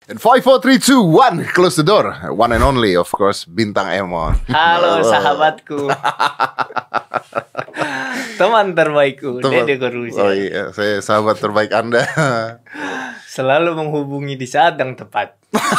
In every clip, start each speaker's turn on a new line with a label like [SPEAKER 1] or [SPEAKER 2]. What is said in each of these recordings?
[SPEAKER 1] And 5, 4, 3, 2, 1, close the door. One and only, of course, Bintang Emon.
[SPEAKER 2] Halo sahabatku. Teman terbaikku, Dede Corbuzier.
[SPEAKER 1] Oh iya, saya sahabat terbaik Anda.
[SPEAKER 2] Selalu menghubungi di saat yang tepat.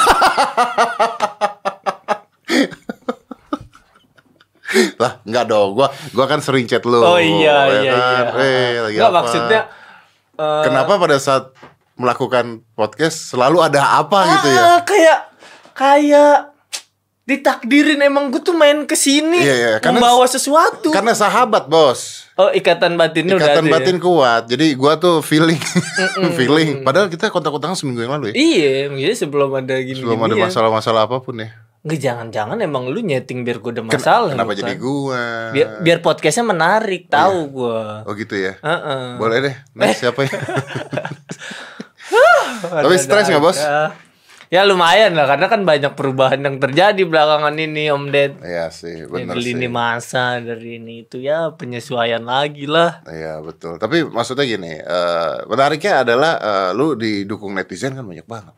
[SPEAKER 1] Lah, enggak dong. Gua kan sering chat lu.
[SPEAKER 2] Oh iya.
[SPEAKER 1] Lagi
[SPEAKER 2] Enggak,
[SPEAKER 1] apa?
[SPEAKER 2] maksudnya
[SPEAKER 1] Kenapa pada saat melakukan podcast selalu ada apa gitu ya?
[SPEAKER 2] Kayak ditakdirin emang gue tuh main kesini membawa sesuatu.
[SPEAKER 1] Karena sahabat, Bos.
[SPEAKER 2] Oh, ikatan batinnya udah ada.
[SPEAKER 1] Ikatan batin kuat. Jadi gua tuh feeling. Padahal kita kontak-kontakan seminggu yang lalu ya.
[SPEAKER 2] Iya, sebelum ada gini.
[SPEAKER 1] Sebelum ada masalah-masalah apapun ya.
[SPEAKER 2] Nggak, jangan-jangan emang lu nyeting biar gue ada masalah.
[SPEAKER 1] Kenapa
[SPEAKER 2] kan?
[SPEAKER 1] jadi gua?
[SPEAKER 2] Biar podcastnya menarik, tahu gua.
[SPEAKER 1] Oh gitu ya.
[SPEAKER 2] Uh-uh.
[SPEAKER 1] Boleh deh. Next siapa ya? Tapi stres nggak, Bos?
[SPEAKER 2] Ya lumayan lah, karena kan banyak perubahan yang terjadi belakangan ini, Om Ded.
[SPEAKER 1] Iya sih, benar
[SPEAKER 2] dari
[SPEAKER 1] sih.
[SPEAKER 2] lini masa, dari ini itu ya penyesuaian lagi lah.
[SPEAKER 1] Iya betul. Tapi maksudnya gini, menariknya adalah lu didukung netizen kan banyak banget.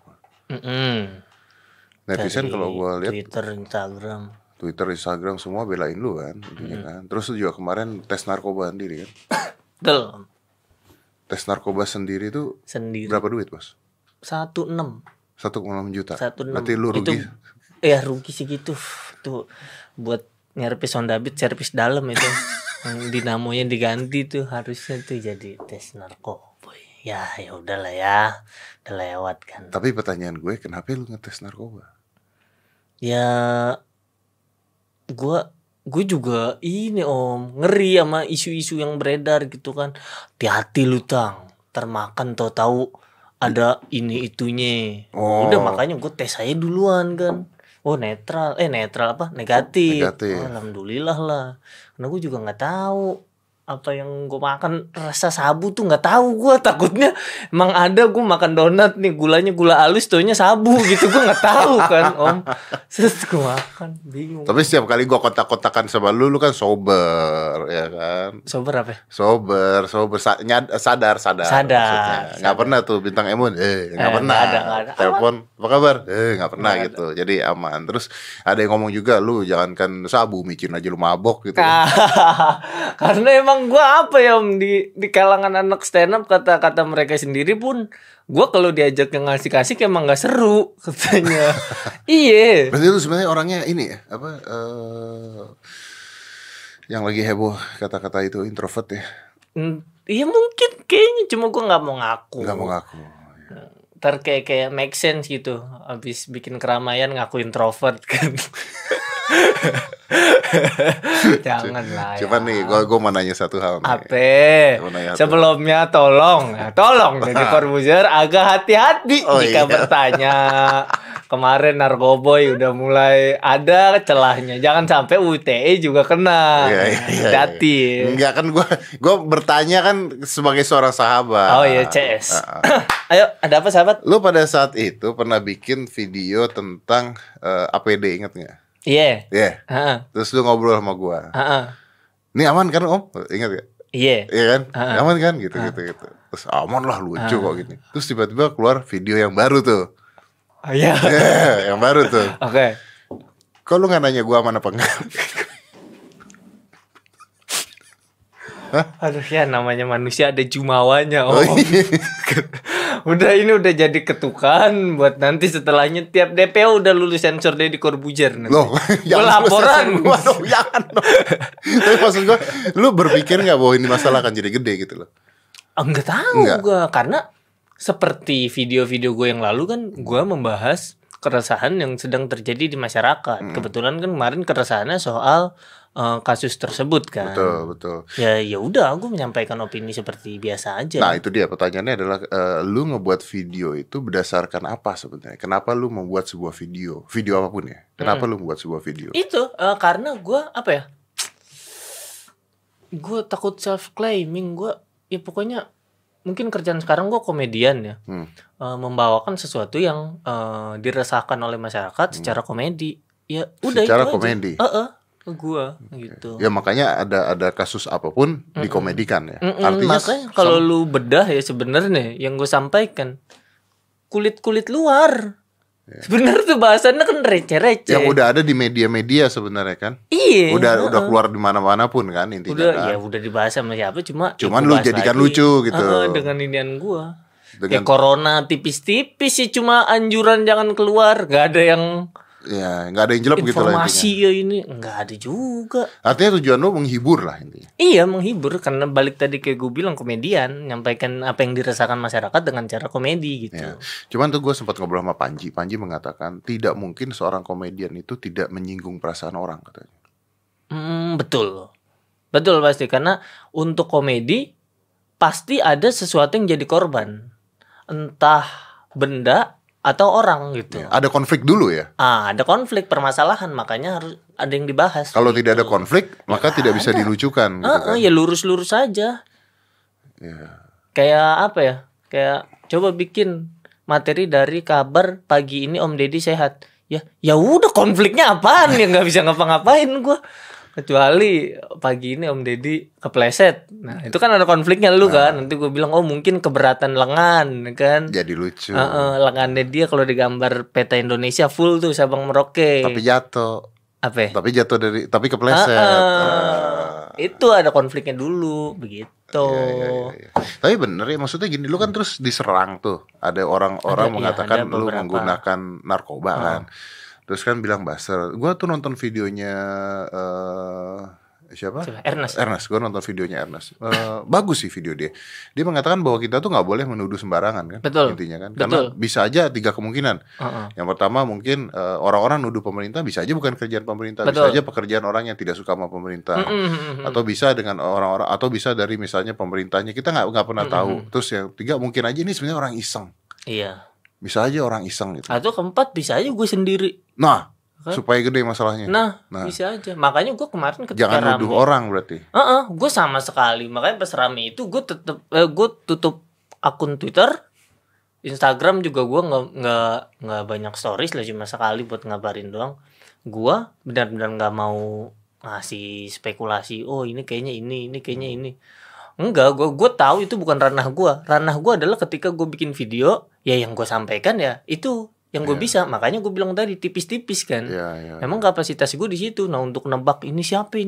[SPEAKER 1] Netizen
[SPEAKER 2] Dari
[SPEAKER 1] kalau gua lihat
[SPEAKER 2] Twitter,
[SPEAKER 1] Instagram semua belain lu kan, intinya kan. Terus lu juga kemarin tes narkoba sendiri kan?
[SPEAKER 2] Betul.
[SPEAKER 1] Tes narkoba sendiri tuh berapa duit, Bos?
[SPEAKER 2] 1,6
[SPEAKER 1] juta.
[SPEAKER 2] 1,6.
[SPEAKER 1] Berarti lu rugi.
[SPEAKER 2] Ya rugi segitu. Tuh buat nyerpis Honda Beat, servis dalam itu. Yang dinamonya diganti tuh, harusnya tuh jadi tes narkoba. Ya udahlah ya. Udah lewat kan.
[SPEAKER 1] Tapi pertanyaan gue, kenapa lu ngetes narkoba?
[SPEAKER 2] Ya gue juga ini Om, ngeri sama isu-isu yang beredar gitu kan. Hati-hati lu Tang, termakan tahu ada ini itunya. Udah makanya gue tes aja duluan kan. Oh netral apa negatif. Oh, alhamdulillah lah. Karena gue juga nggak tahu apa yang gue makan, rasa sabu tuh nggak tahu. Gue takutnya emang ada gue makan donat nih gulanya gula halus, taunya sabu gitu. Gue nggak tahu kan Om. Terus gue makan bingung.
[SPEAKER 1] Tapi setiap kali gue kotak-kotakan sama lu kan sober ya kan.
[SPEAKER 2] Sober apa?
[SPEAKER 1] Sober, sadar. Nggak pernah tuh Bintang Emon, nggak pernah.
[SPEAKER 2] Nggak ada.
[SPEAKER 1] Telepon, apa kabar? Nggak pernah gitu. Jadi aman. Terus ada yang ngomong juga, lu jangankan sabu, micin aja lu mabok gitu.
[SPEAKER 2] Karena emang gue apa ya Om, di kalangan anak stand up, kata mereka sendiri pun gue kalau diajak yang ngasih emang nggak seru katanya. Iya.
[SPEAKER 1] Berarti lu sebenarnya orangnya ini ya, yang lagi heboh kata-kata itu introvert ya?
[SPEAKER 2] Iya mungkin kayaknya, cuma gue nggak mau ngaku. Ntar kayak make sense gitu. Abis bikin keramaian ngaku introvert kan. Jangan lah.
[SPEAKER 1] Cuman nih gue mau nanya satu hal nih.
[SPEAKER 2] Apa? Sebelumnya tolong Dede Corbuzier agak hati-hati jika bertanya. Kemarin Narkoboy udah mulai ada celahnya. Jangan sampai UTE juga kena. Hati-hati.
[SPEAKER 1] Enggak kan gue bertanya kan sebagai seorang sahabat.
[SPEAKER 2] Oh iya, CS. Ayo, ada apa sahabat?
[SPEAKER 1] Lu pada saat itu pernah bikin video tentang APD, ingat nggak?
[SPEAKER 2] Iya.
[SPEAKER 1] Terus lu ngobrol sama gue. Ini aman kan Om? Ingat gak?
[SPEAKER 2] Iya
[SPEAKER 1] kan? Aman kan? Gitu. Terus aman lah, lucu kok gini. Terus tiba-tiba keluar video yang baru tuh.
[SPEAKER 2] Iya.
[SPEAKER 1] Yang baru tuh.
[SPEAKER 2] Oke.
[SPEAKER 1] Kok lu gak nanya gue aman apa enggak?
[SPEAKER 2] Aduh ya, namanya manusia ada jumawanya Om.
[SPEAKER 1] Oh, iya.
[SPEAKER 2] udah jadi ketukan buat nanti setelahnya tiap DPO udah lulus sensor Dede Corbuzier nanti.
[SPEAKER 1] Loh,
[SPEAKER 2] laporan.
[SPEAKER 1] Jangan dong. Tapi maksud gue, lu berpikir gak bahwa ini masalah akan jadi gede gitu loh?
[SPEAKER 2] Enggak tahu gue, karena seperti video-video gue yang lalu kan gue membahas keresahan yang sedang terjadi di masyarakat. Kebetulan kan kemarin keresahannya soal kasus tersebut kan.
[SPEAKER 1] Betul.
[SPEAKER 2] Ya udah, aku menyampaikan opini seperti biasa aja.
[SPEAKER 1] Nah itu dia, pertanyaannya adalah lu ngebuat video itu berdasarkan apa sebenarnya? Kenapa lu membuat sebuah video apapun ya? Kenapa lu membuat sebuah video?
[SPEAKER 2] Itu karena gue apa ya? Gue takut self claiming. Gue ya pokoknya mungkin kerjaan sekarang gue komedian ya. Membawakan sesuatu yang diresahkan oleh masyarakat secara komedi. Ya udah
[SPEAKER 1] secara
[SPEAKER 2] itu
[SPEAKER 1] komedi.
[SPEAKER 2] aja. Gua gitu.
[SPEAKER 1] Ya makanya ada kasus apapun dikomedikan ya. Artinya
[SPEAKER 2] makanya kalau lu bedah ya sebenarnya yang gue sampaikan kulit luar Sebenarnya tuh bahasannya kan receh-receh.
[SPEAKER 1] Yang udah ada di media-media sebenarnya kan.
[SPEAKER 2] Iya.
[SPEAKER 1] Udah keluar di mana-mana pun kan intinya
[SPEAKER 2] Udah
[SPEAKER 1] kan.
[SPEAKER 2] ya udah dibahas sama siapa cuman
[SPEAKER 1] lu jadikan lucu gitu.
[SPEAKER 2] Dengan inian gua. Ya corona tipis-tipis sih, cuma anjuran jangan keluar, nggak ada yang
[SPEAKER 1] ya nggak ada yang jelek gitu lah
[SPEAKER 2] informasi
[SPEAKER 1] intinya.
[SPEAKER 2] ya ini nggak ada juga.
[SPEAKER 1] Artinya tujuan lu menghibur lah intinya.
[SPEAKER 2] Iya menghibur, karena balik tadi kayak gue bilang komedian, nyampaikan apa yang dirasakan masyarakat dengan cara komedi gitu.
[SPEAKER 1] Ya. Cuman tuh gue sempat ngobrol sama Panji. Panji mengatakan tidak mungkin seorang komedian itu tidak menyinggung perasaan orang katanya.
[SPEAKER 2] Betul, betul pasti, karena untuk komedi pasti ada sesuatu yang jadi korban, entah benda atau orang gitu.
[SPEAKER 1] Ya, ada konflik dulu ya.
[SPEAKER 2] Ada konflik, permasalahan, makanya harus ada yang dibahas.
[SPEAKER 1] Kalau
[SPEAKER 2] gitu.
[SPEAKER 1] tidak ada konflik, maka tidak bisa dilucukan. Gitu kan.
[SPEAKER 2] Ya lurus-lurus aja.
[SPEAKER 1] Ya.
[SPEAKER 2] Kayak apa ya? Kayak coba bikin materi dari kabar pagi ini Om Deddy sehat. Ya udah, konfliknya apaan ya, nggak bisa ngapa-ngapain gue. Kecuali pagi ini Om Deddy kepleset. Nah itu kan ada konfliknya lu kan. Nanti gue bilang oh mungkin keberatan lengan kan.
[SPEAKER 1] Jadi lucu.
[SPEAKER 2] Lengannya dia kalau digambar peta Indonesia full tuh Sabang Merauke.
[SPEAKER 1] Tapi jatuh.
[SPEAKER 2] Apa?
[SPEAKER 1] Tapi kepleset.
[SPEAKER 2] Itu ada konfliknya dulu begitu.
[SPEAKER 1] Ya. Tapi bener ya, maksudnya gini, lu kan terus diserang tuh. Ada orang-orang mengatakan lu menggunakan narkoba kan. Terus kan bilang buzzer. Gue tuh nonton videonya siapa? Ernest. Gue nonton videonya Ernest. Bagus sih video dia. Dia mengatakan bahwa kita tuh nggak boleh menuduh sembarangan kan.
[SPEAKER 2] Betul.
[SPEAKER 1] Intinya kan. Karena bisa aja 3 kemungkinan. Yang pertama mungkin orang-orang nuduh pemerintah bisa aja bukan kerjaan pemerintah. Betul. Bisa aja pekerjaan orang yang tidak suka sama pemerintah. Atau bisa dengan orang-orang, atau bisa dari misalnya pemerintahnya. Kita nggak pernah tahu. Terus yang 3 mungkin aja ini sebenarnya orang iseng.
[SPEAKER 2] Iya.
[SPEAKER 1] Bisa aja orang iseng gitu.
[SPEAKER 2] Atau keempat bisa aja gue sendiri.
[SPEAKER 1] Nah, kan? Supaya gede masalahnya.
[SPEAKER 2] Nah, bisa aja. Makanya gue kemarin ketika
[SPEAKER 1] jangan nuduh orang berarti.
[SPEAKER 2] Gue sama sekali. Makanya pas rame itu gue gue tutup akun Twitter, Instagram juga gue nggak banyak stories lah, cuma sekali buat ngabarin doang. Gue benar-benar nggak mau ngasih spekulasi. Oh ini kayaknya ini kayaknya ini. Enggak, gue tahu itu bukan ranah gue. Ranah gue adalah ketika gue bikin video, ya yang gue sampaikan ya itu yang gue bisa. Makanya gue bilang tadi tipis-tipis kan. Emang kapasitas gue di situ. Nah untuk nebak ini siapa.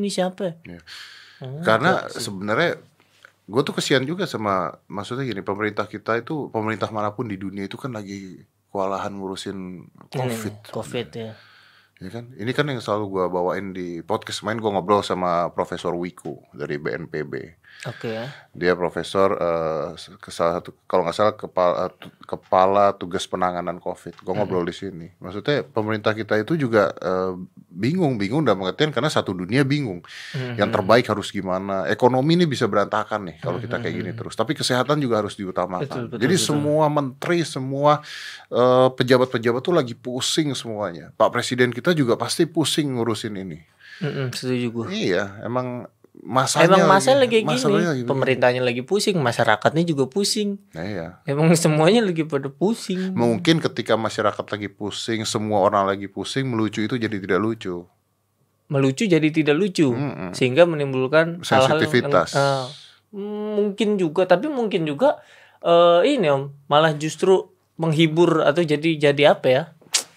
[SPEAKER 1] Karena sebenarnya gue tuh kesian juga sama, maksudnya gini, pemerintah kita itu, pemerintah manapun di dunia itu kan lagi kewalahan ngurusin COVID
[SPEAKER 2] ya.
[SPEAKER 1] Ya kan? Ini kan yang selalu gue bawain di podcast. Main gue ngobrol sama Profesor Wiku dari BNPB.
[SPEAKER 2] Oke.
[SPEAKER 1] Dia profesor salah satu, kalau nggak salah kepala tugas penanganan COVID. Gue ngobrol di sini. Maksudnya pemerintah kita itu juga bingung dalam pengertian karena satu dunia bingung. Yang terbaik harus gimana? Ekonomi ini bisa berantakan nih kalau kita kayak gini terus. Tapi kesehatan juga harus diutamakan. Jadi semua menteri, semua pejabat-pejabat tuh lagi pusing semuanya. Pak Presiden kita juga pasti pusing ngurusin ini.
[SPEAKER 2] Setuju gue.
[SPEAKER 1] Iya, emang
[SPEAKER 2] masalahnya lagi gini. Pemerintahnya lagi pusing, masyarakatnya juga pusing.
[SPEAKER 1] Iya.
[SPEAKER 2] Emang semuanya lagi pada pusing.
[SPEAKER 1] Mungkin ketika masyarakat lagi pusing, semua orang lagi pusing, melucu itu jadi tidak lucu.
[SPEAKER 2] Melucu jadi tidak lucu, sehingga menimbulkan
[SPEAKER 1] sensitivitas.
[SPEAKER 2] Mungkin juga, tapi mungkin juga ini Om, malah justru menghibur atau jadi apa ya?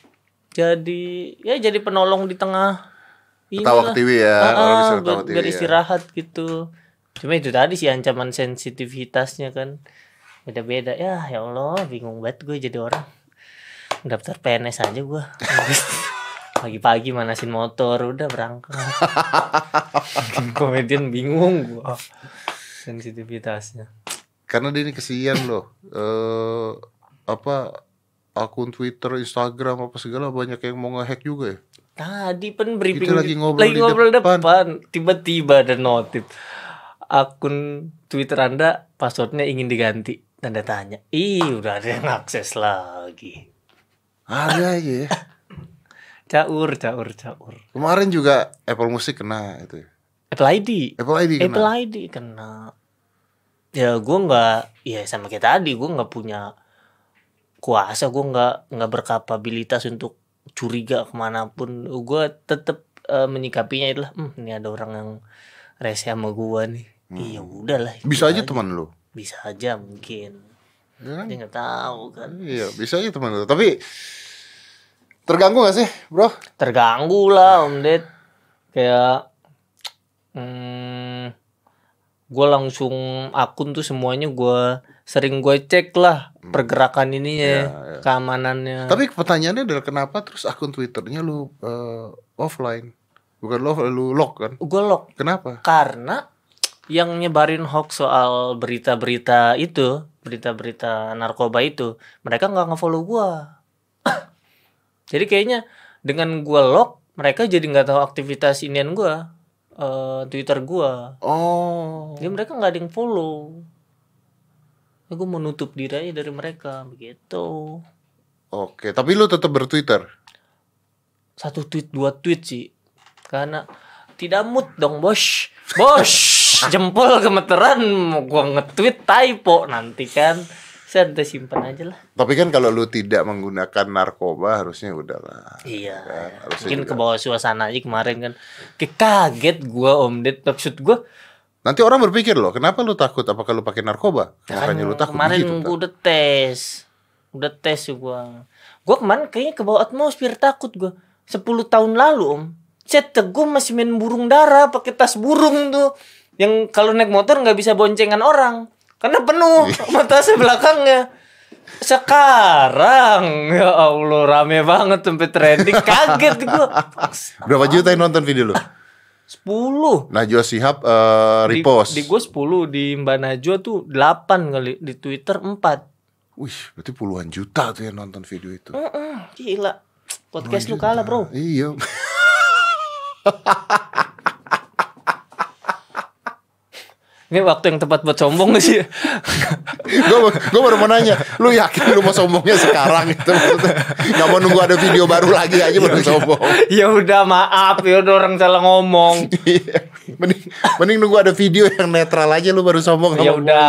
[SPEAKER 2] Jadi penolong di tengah
[SPEAKER 1] ketawa ketiwi ya,
[SPEAKER 2] biar istirahat gitu. Cuma itu tadi sih ancaman sensitivitasnya kan beda-beda ya. Ya Allah, bingung banget gue jadi orang. Daftar PNS aja gue. Pagi-pagi manasin motor udah berangkat. Komedian bingung gue sensitivitasnya.
[SPEAKER 1] Karena dia ini kesian loh. Akun Twitter, Instagram apa segala banyak yang mau nge-hack juga ya.
[SPEAKER 2] Tadi kan briefing
[SPEAKER 1] kita lagi ngobrol
[SPEAKER 2] depan. Tiba-tiba ada notif akun Twitter Anda passwordnya ingin diganti, tanda tanya. Udah ada yang akses lagi.
[SPEAKER 1] Ada aja ya.
[SPEAKER 2] Caur.
[SPEAKER 1] Kemarin juga Apple Music kena itu.
[SPEAKER 2] Apple ID kena. Ya gue nggak, ya sama kayak tadi gue nggak punya kuasa, gue nggak berkapabilitas untuk curiga kemanapun. Gue tetap menyikapinya adalah ini ada orang yang rese sama gue nih. Iya udahlah.
[SPEAKER 1] Bisa aja teman lu.
[SPEAKER 2] Bisa aja mungkin.
[SPEAKER 1] Ya.
[SPEAKER 2] Dia nggak tahu kan.
[SPEAKER 1] Iya bisa aja teman lu. Tapi Terganggu gak sih, bro?
[SPEAKER 2] Terganggu lah Om Ded. Kayak gue langsung akun tuh semuanya sering gue cek lah pergerakan ininya, keamanannya.
[SPEAKER 1] Tapi pertanyaannya adalah kenapa terus akun Twitternya lu offline? Bukan lu lock kan?
[SPEAKER 2] Gue lock.
[SPEAKER 1] Kenapa?
[SPEAKER 2] Karena yang nyebarin hoax soal berita-berita narkoba itu, mereka nggak ngefollow gue. Jadi kayaknya dengan gue lock, mereka jadi nggak tahu aktivitas inian gue, Twitter gue.
[SPEAKER 1] Oh.
[SPEAKER 2] Jadi mereka nggak ada yang follow. Ya, gue menutup diri aja dari mereka begitu.
[SPEAKER 1] Oke, tapi lu tetap bertwitter?
[SPEAKER 2] 1 tweet 2 tweet sih. Karena tidak mood dong bos. Jempol gemeteran gua nge-tweet typo nanti kan. Saya udah simpan aja lah.
[SPEAKER 1] Tapi kan kalau lu tidak menggunakan narkoba harusnya udahlah.
[SPEAKER 2] Iya.
[SPEAKER 1] Kan?
[SPEAKER 2] Mungkin ke bawah suasana aja kemarin kan. Kayak kaget gua Om Ded. Maksud gua
[SPEAKER 1] nanti orang berpikir loh, kenapa lu takut? Apakah lu pakai narkoba? Makanya lu takut
[SPEAKER 2] kemarin
[SPEAKER 1] gitu.
[SPEAKER 2] Gua udah tes gua. Gua kemarin kayaknya ke bawah atmosfer takut gua. 10 tahun lalu Om. Gue masih main burung dara pakai tas burung tuh. Yang kalau naik motor nggak bisa boncengan orang karena penuh sama tasnya belakangnya. Sekarang ya Allah rame banget sampai trending, kaget gue.
[SPEAKER 1] Berapa juta yang nonton video lu?
[SPEAKER 2] 10.
[SPEAKER 1] Najwa Shihab repost.
[SPEAKER 2] Di gue 10, di Mbak Najwa tuh 8 kali, di Twitter 4.
[SPEAKER 1] Wih, berarti puluhan juta tuh yang nonton video itu.
[SPEAKER 2] Gila. Podcast lu kalah, bro.
[SPEAKER 1] Iya.
[SPEAKER 2] Ini waktu yang tepat buat sombong gak sih?
[SPEAKER 1] Gue baru mau nanya, lu yakin lu mau sombongnya sekarang itu? Gak mau nunggu ada video baru lagi aja baru sombong.
[SPEAKER 2] Ya udah maaf, ya udah orang salah ngomong.
[SPEAKER 1] mending nunggu ada video yang netral aja lu baru sombong.
[SPEAKER 2] Ya udah.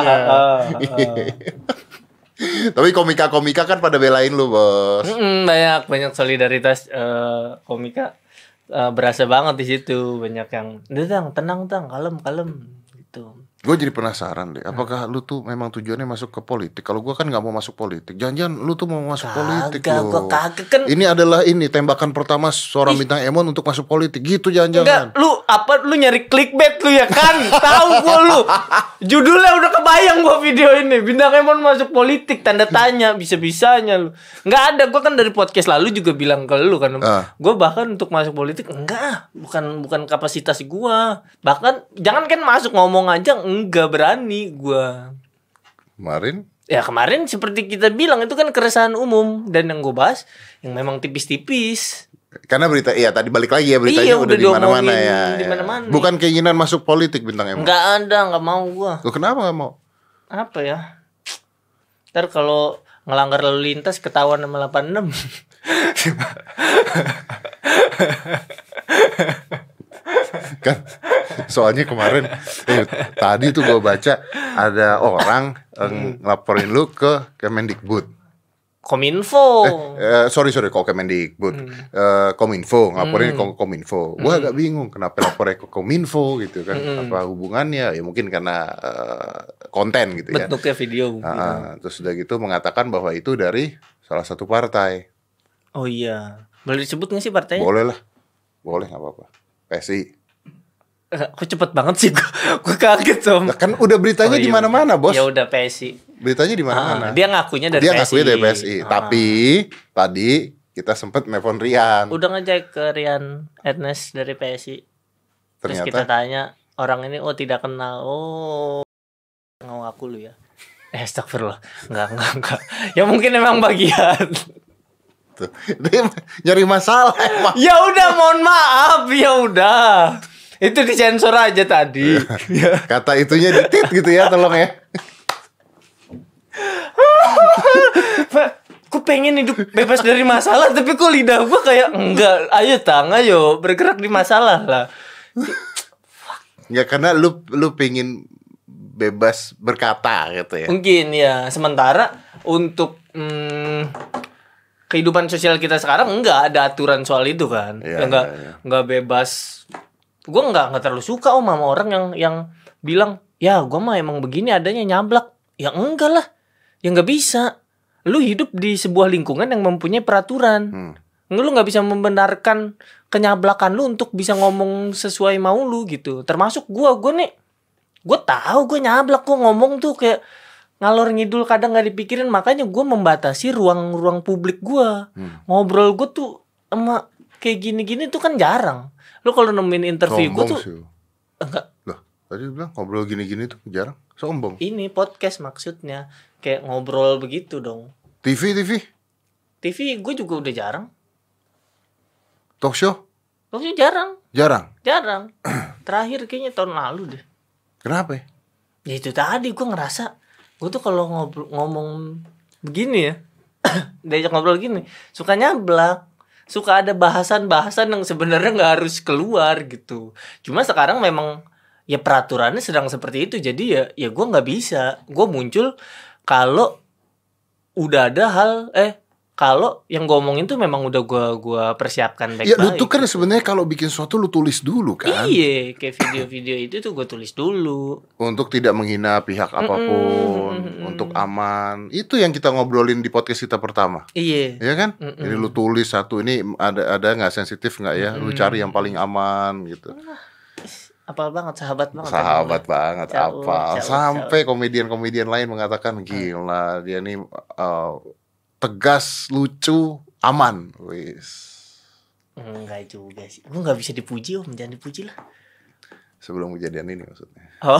[SPEAKER 1] Tapi komika-komika kan pada belain lu, bos.
[SPEAKER 2] Banyak solidaritas komika. Berasa banget di situ, banyak yang udah tenang kalem gitu.
[SPEAKER 1] Gue jadi penasaran deh, apakah lu tuh memang tujuannya masuk ke politik? Kalau gue kan nggak mau masuk politik, jangan-jangan lu tuh mau masuk politik loh.
[SPEAKER 2] Gue kagak kan.
[SPEAKER 1] Ini adalah tembakan pertama seorang bintang Emon untuk masuk politik gitu, jangan-jangan.
[SPEAKER 2] Enggak, lu nyari clickbait lu ya kan? Tahu gue lu. Judulnya udah kebayang gue video ini, bintang Emon masuk politik tanda tanya, bisa-bisanya lu. Nggak ada, gue kan dari podcast lalu juga bilang ke lu kan. Gue bahkan untuk masuk politik enggak, bukan kapasitas gue. Bahkan jangan kan masuk ngomong aja enggak berani gua. Kemarin seperti kita bilang itu kan keresahan umum, dan yang gue bahas yang memang tipis-tipis.
[SPEAKER 1] Karena berita tadi balik lagi ya, beritanya udah di mana-mana ya.
[SPEAKER 2] Dimana-mana.
[SPEAKER 1] Bukan keinginan masuk politik bintang Emon.
[SPEAKER 2] Enggak mau gua.
[SPEAKER 1] Loh, kenapa enggak mau?
[SPEAKER 2] Apa ya? Ntar kalau ngelanggar lalu lintas ketahuan sama 86.
[SPEAKER 1] Kan soalnya kemarin tadi tuh gue baca ada orang ngelaporin lu ke Kemendikbud.
[SPEAKER 2] Kominfo.
[SPEAKER 1] Sorry kok Kemendikbud. Kominfo ngelaporin ke Kominfo. Gue agak bingung kenapa lapornya ke Kominfo gitu kan. Apa hubungannya? Ya mungkin karena konten gitu ya.
[SPEAKER 2] Bentuknya video.
[SPEAKER 1] Terus udah gitu mengatakan bahwa itu dari salah satu partai.
[SPEAKER 2] Oh iya. Boleh disebut gak sih partainya?
[SPEAKER 1] Boleh lah. Boleh, gak apa-apa. PSI.
[SPEAKER 2] Kok cepet banget sih, gue kaget Om.
[SPEAKER 1] Nah, kan udah beritanya di mana-mana, bos.
[SPEAKER 2] Ya udah PSI.
[SPEAKER 1] Beritanya di mana-mana.
[SPEAKER 2] Dia ngakunya dari PSI.
[SPEAKER 1] Tapi tadi kita sempat nelfon Rian.
[SPEAKER 2] Udah ngejek ke Rian Ernest dari PSI. Terus kita tanya, orang ini tidak kenal. Ngaku lu ya. Astagfirullah. Enggak. Ya mungkin emang bagian.
[SPEAKER 1] Tuh. Dia nyari masalah emang.
[SPEAKER 2] Ya udah, mohon maaf. Ya udah. Itu disensor aja tadi.
[SPEAKER 1] Kata itunya ditit gitu ya, tolong ya.
[SPEAKER 2] Gue pengen hidup bebas dari masalah, tapi kok lidah gue kayak enggak. Ayo bergerak di masalah lah.
[SPEAKER 1] Ya karena lu pengen bebas berkata gitu ya.
[SPEAKER 2] Mungkin ya. Sementara untuk kehidupan sosial kita sekarang enggak ada aturan soal itu kan. Enggak bebas. Gue nggak terlalu suka sama orang yang bilang ya gue mah emang begini adanya nyablak. Ya enggak lah, ya nggak bisa. Lu hidup di sebuah lingkungan yang mempunyai peraturan. Lu nggak bisa membenarkan kenyablakan lu untuk bisa ngomong sesuai mau lu gitu. Termasuk gue nih, gue tahu gue nyablak, gue ngomong tuh kayak ngalor ngidul, kadang nggak dipikirin. Makanya gue membatasi ruang publik gue. Ngobrol gue tuh sama kayak gini-gini tuh kan jarang. Lu kalau nemuin interview gue tuh
[SPEAKER 1] sih.
[SPEAKER 2] enggak.
[SPEAKER 1] Lah, tadi bilang ngobrol gini-gini tuh jarang. Sombong.
[SPEAKER 2] Ini podcast maksudnya kayak ngobrol begitu dong.
[SPEAKER 1] TV
[SPEAKER 2] TV gue juga udah jarang.
[SPEAKER 1] talk show
[SPEAKER 2] Jarang.
[SPEAKER 1] jarang.
[SPEAKER 2] Terakhir kayaknya tahun lalu deh.
[SPEAKER 1] Kenapa ya?
[SPEAKER 2] Ya itu tadi gue ngerasa gue tuh kalau ngomong begini ya, diajak ngobrol gini, suka nyablak, suka ada bahasan-bahasan yang sebenarnya nggak harus keluar gitu. Cuma sekarang memang ya peraturannya sedang seperti itu, jadi ya gue nggak bisa. Gue muncul kalau udah ada hal kalau yang gue omongin tuh memang udah gue persiapkan baik-baik.
[SPEAKER 1] Ya lu tuh kan sebenarnya kalau bikin sesuatu lu tulis dulu kan.
[SPEAKER 2] Iya, kayak video-video itu tuh gue tulis dulu.
[SPEAKER 1] Untuk tidak menghina pihak apapun, untuk aman. Itu yang kita ngobrolin di podcast kita pertama.
[SPEAKER 2] Iya.
[SPEAKER 1] Iya kan? Jadi lu tulis satu, ini ada nggak sensitif nggak ya? Lu cari yang paling aman gitu.
[SPEAKER 2] Apal banget, sahabat banget.
[SPEAKER 1] Sahabat banget,
[SPEAKER 2] Jauh,
[SPEAKER 1] apal.
[SPEAKER 2] jauh,
[SPEAKER 1] Sampai komedian-komedian lain mengatakan gila dia nih tegas, lucu, aman. Wis.
[SPEAKER 2] Enggak juga sih. Gue gak bisa dipuji om. Jangan dipuji lah.
[SPEAKER 1] Sebelum kejadian ini maksudnya.
[SPEAKER 2] Oh.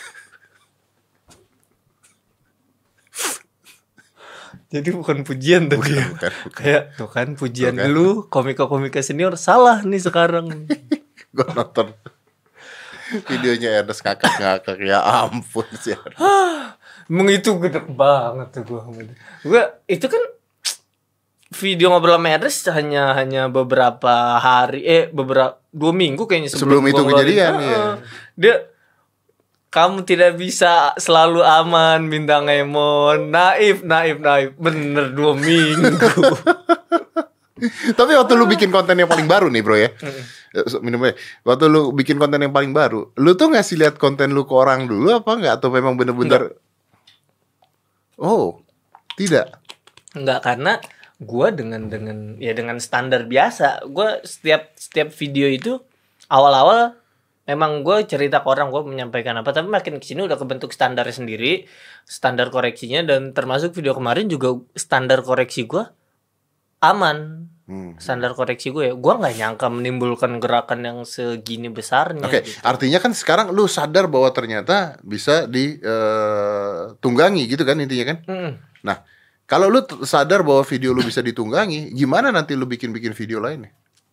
[SPEAKER 2] Jadi bukan pujian tadi.
[SPEAKER 1] Bukan.
[SPEAKER 2] Kayak tuh kan pujian
[SPEAKER 1] Bukan.
[SPEAKER 2] dulu komika-komika senior. Salah nih sekarang.
[SPEAKER 1] Gue nonton videonya Ernest ngakak-ngakak. Ya ampun sih.
[SPEAKER 2] Emang itu gede banget tuh gue itu kan video ngobrol sama Ernest hanya beberapa hari, beberapa 2 minggu kayaknya
[SPEAKER 1] Sebelum itu kejadian, iya.
[SPEAKER 2] Dia, kamu tidak bisa selalu aman bintang Emon, naif bener 2 minggu.
[SPEAKER 1] Tapi waktu lu bikin konten yang paling baru nih bro ya, minum aja. Waktu lu bikin konten yang paling baru, lu tuh ngasih lihat konten lu ke orang dulu apa enggak? Atau memang bener-bener Oh, tidak.
[SPEAKER 2] Enggak, karena gue dengan standar biasa, gue setiap video itu awal-awal memang gue cerita ke orang, gue menyampaikan apa, tapi makin kesini udah kebentuk standar sendiri, standar koreksinya, dan termasuk video kemarin juga standar koreksi gue aman. Standar koreksi gue nggak nyangka menimbulkan gerakan yang segini besarnya.
[SPEAKER 1] Oke,
[SPEAKER 2] gitu.
[SPEAKER 1] artinya kan sekarang lu sadar bahwa ternyata bisa ditunggangi gitu kan intinya kan? Nah, kalau lu sadar bahwa video lu bisa ditunggangi, gimana nanti lu bikin video lainnya?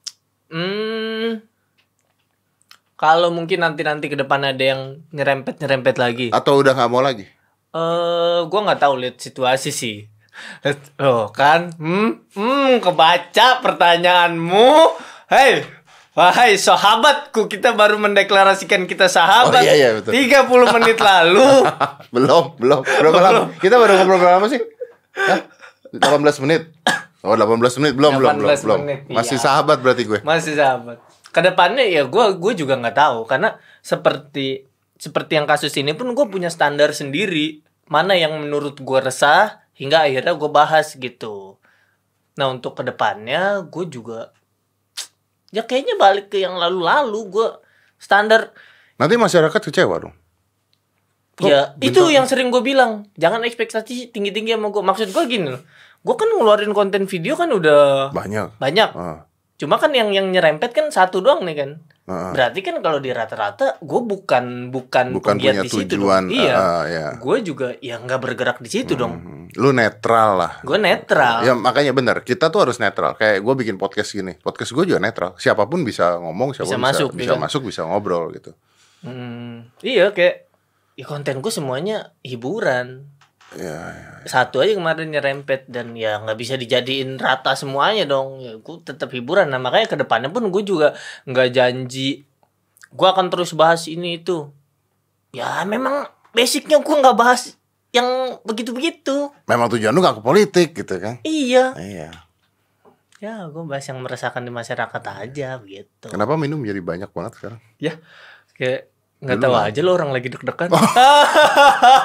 [SPEAKER 2] Kalau mungkin nanti ke depan ada yang nyerempet lagi.
[SPEAKER 1] Atau udah nggak mau lagi?
[SPEAKER 2] Gue nggak tahu, lihat situasi sih. Oh kan, kebaca pertanyaanmu. Hei, wahai sahabatku, kita baru mendeklarasikan kita sahabat.
[SPEAKER 1] Oh, iya, betul.
[SPEAKER 2] 30 menit lalu.
[SPEAKER 1] belum. Berapa lama? Kita baru ngobrol berapa lama sih? Hah? 18 menit. Oh, 18 menit belum.
[SPEAKER 2] menit,
[SPEAKER 1] Masih
[SPEAKER 2] iya.
[SPEAKER 1] sahabat berarti gue.
[SPEAKER 2] Masih sahabat. Kedepannya ya gue juga nggak tahu, karena seperti yang kasus ini pun gue punya standar sendiri. Mana yang menurut gue resah, hingga akhirnya gue bahas gitu. Nah untuk kedepannya gue juga ya kayaknya balik ke yang lalu-lalu. Gue standar.
[SPEAKER 1] Nanti masyarakat kecewa dong.
[SPEAKER 2] Ya itu yang sering gue bilang, jangan ekspektasi tinggi-tinggi sama gue. Maksud gue gini loh, gue kan ngeluarin konten video kan udah
[SPEAKER 1] banyak.
[SPEAKER 2] Cuma kan yang nyerempet kan satu doang nih kan. Berarti kan kalau di rata-rata gue bukan
[SPEAKER 1] punya
[SPEAKER 2] di situ
[SPEAKER 1] tujuan.
[SPEAKER 2] Dong. Iya.
[SPEAKER 1] Ya.
[SPEAKER 2] Gue juga ya nggak bergerak di situ dong.
[SPEAKER 1] Lu netral lah.
[SPEAKER 2] Gue netral.
[SPEAKER 1] Ya makanya benar, kita tuh harus netral. Kayak gue bikin podcast gini, podcast gue juga netral. Siapapun bisa ngomong, siapapun bisa masuk, bisa ngobrol gitu.
[SPEAKER 2] Iya, kayak ya konten gue semuanya hiburan.
[SPEAKER 1] Ya.
[SPEAKER 2] Satu aja kemarin nyerempet, dan ya nggak bisa dijadiin rata semuanya dong. Ya gue tetap hiburan. Nah makanya kedepannya pun gue juga nggak janji gue akan terus bahas ini itu. Ya memang basicnya gue nggak bahas yang begitu-begitu.
[SPEAKER 1] Memang tujuan lu gak ke politik gitu kan?
[SPEAKER 2] Iya.
[SPEAKER 1] Ya,
[SPEAKER 2] gue bahas yang meresahkan di masyarakat aja begitu.
[SPEAKER 1] Kenapa minum jadi banyak banget sekarang?
[SPEAKER 2] Ya kayak nggak tahu aja lo, orang lagi deg-degan.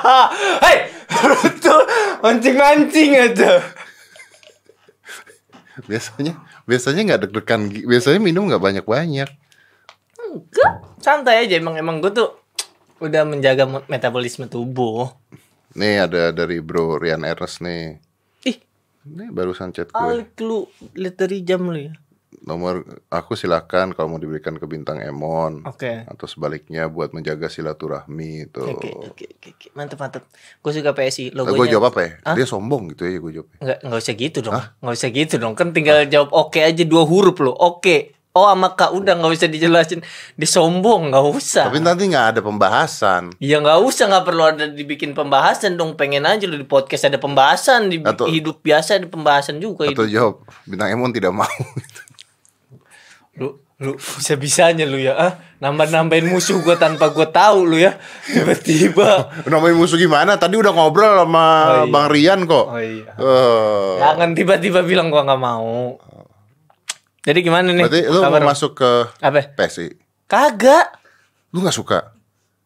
[SPEAKER 2] Hei, tuh mancing aja.
[SPEAKER 1] biasanya nggak deg-degan, biasanya minum nggak banyak-banyak.
[SPEAKER 2] Enggak, santai aja. Emang gue tuh udah menjaga metabolisme tubuh.
[SPEAKER 1] Nih ada dari Bro Rian Ernest nih.
[SPEAKER 2] Ih,
[SPEAKER 1] Ini barusan chat gue.
[SPEAKER 2] alik lu lihat dari jam lu ya.
[SPEAKER 1] Nomor aku silakan kalau mau diberikan ke Bintang Emon.
[SPEAKER 2] Oke.
[SPEAKER 1] Atau sebaliknya buat menjaga silaturahmi itu.
[SPEAKER 2] Oke. Mantap. Gue suka PSI
[SPEAKER 1] Gue
[SPEAKER 2] logonya.
[SPEAKER 1] jawab apa ya?
[SPEAKER 2] Hah?
[SPEAKER 1] Dia sombong gitu ya gue jawab.
[SPEAKER 2] Enggak usah gitu dong. Enggak usah gitu dong. Kan tinggal jawab oke aja 2 huruf lo. Oke. Oh sama Kak udah nggak usah dijelasin. Disombong nggak usah.
[SPEAKER 1] Tapi nanti nggak ada pembahasan.
[SPEAKER 2] Ya nggak usah, nggak perlu ada dibikin pembahasan dong. Pengen aja lu di podcast ada pembahasan, di
[SPEAKER 1] Atau-
[SPEAKER 2] hidup biasa ada pembahasan juga.
[SPEAKER 1] Atau jawab Bintang Emon tidak mau.
[SPEAKER 2] Lu bisa-bisanya lu ya, nambah-nambahin musuh gua tanpa gua tahu lu ya. Tiba-tiba.
[SPEAKER 1] Namanya musuh gimana? Tadi udah ngobrol sama
[SPEAKER 2] Oh, iya.
[SPEAKER 1] Bang Rian kok.
[SPEAKER 2] Oh iya.
[SPEAKER 1] Eh,
[SPEAKER 2] Jangan tiba-tiba bilang gua nggak mau. Jadi gimana nih?
[SPEAKER 1] berarti lu
[SPEAKER 2] kabar
[SPEAKER 1] mau masuk ke
[SPEAKER 2] apa?
[SPEAKER 1] PSI?
[SPEAKER 2] Kagak.
[SPEAKER 1] Lu nggak suka?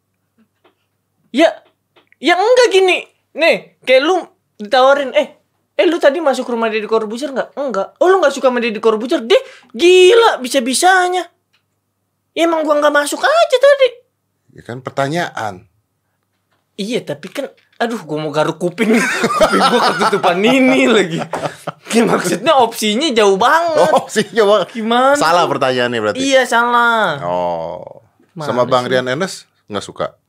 [SPEAKER 2] Ya enggak gini. Nih, kayak lu ditawarin, lu tadi masuk rumah Deddy Corbuzier nggak? Enggak. Oh, lu nggak suka sama Deddy Corbuzier? Deh, gila, bisa-bisanya. Ya, emang gua nggak masuk aja tadi.
[SPEAKER 1] Ya kan pertanyaan.
[SPEAKER 2] Iya, tapi kan, aduh, gua mau garuk kuping gua ketutupan ini lagi. Ya, maksudnya opsinya jauh banget.
[SPEAKER 1] Oh sih coba.
[SPEAKER 2] Gimana?
[SPEAKER 1] Salah pertanyaannya berarti.
[SPEAKER 2] Iya, salah.
[SPEAKER 1] Oh.
[SPEAKER 2] Mana
[SPEAKER 1] Sama Bang
[SPEAKER 2] sih?
[SPEAKER 1] Rian Ernest nggak suka?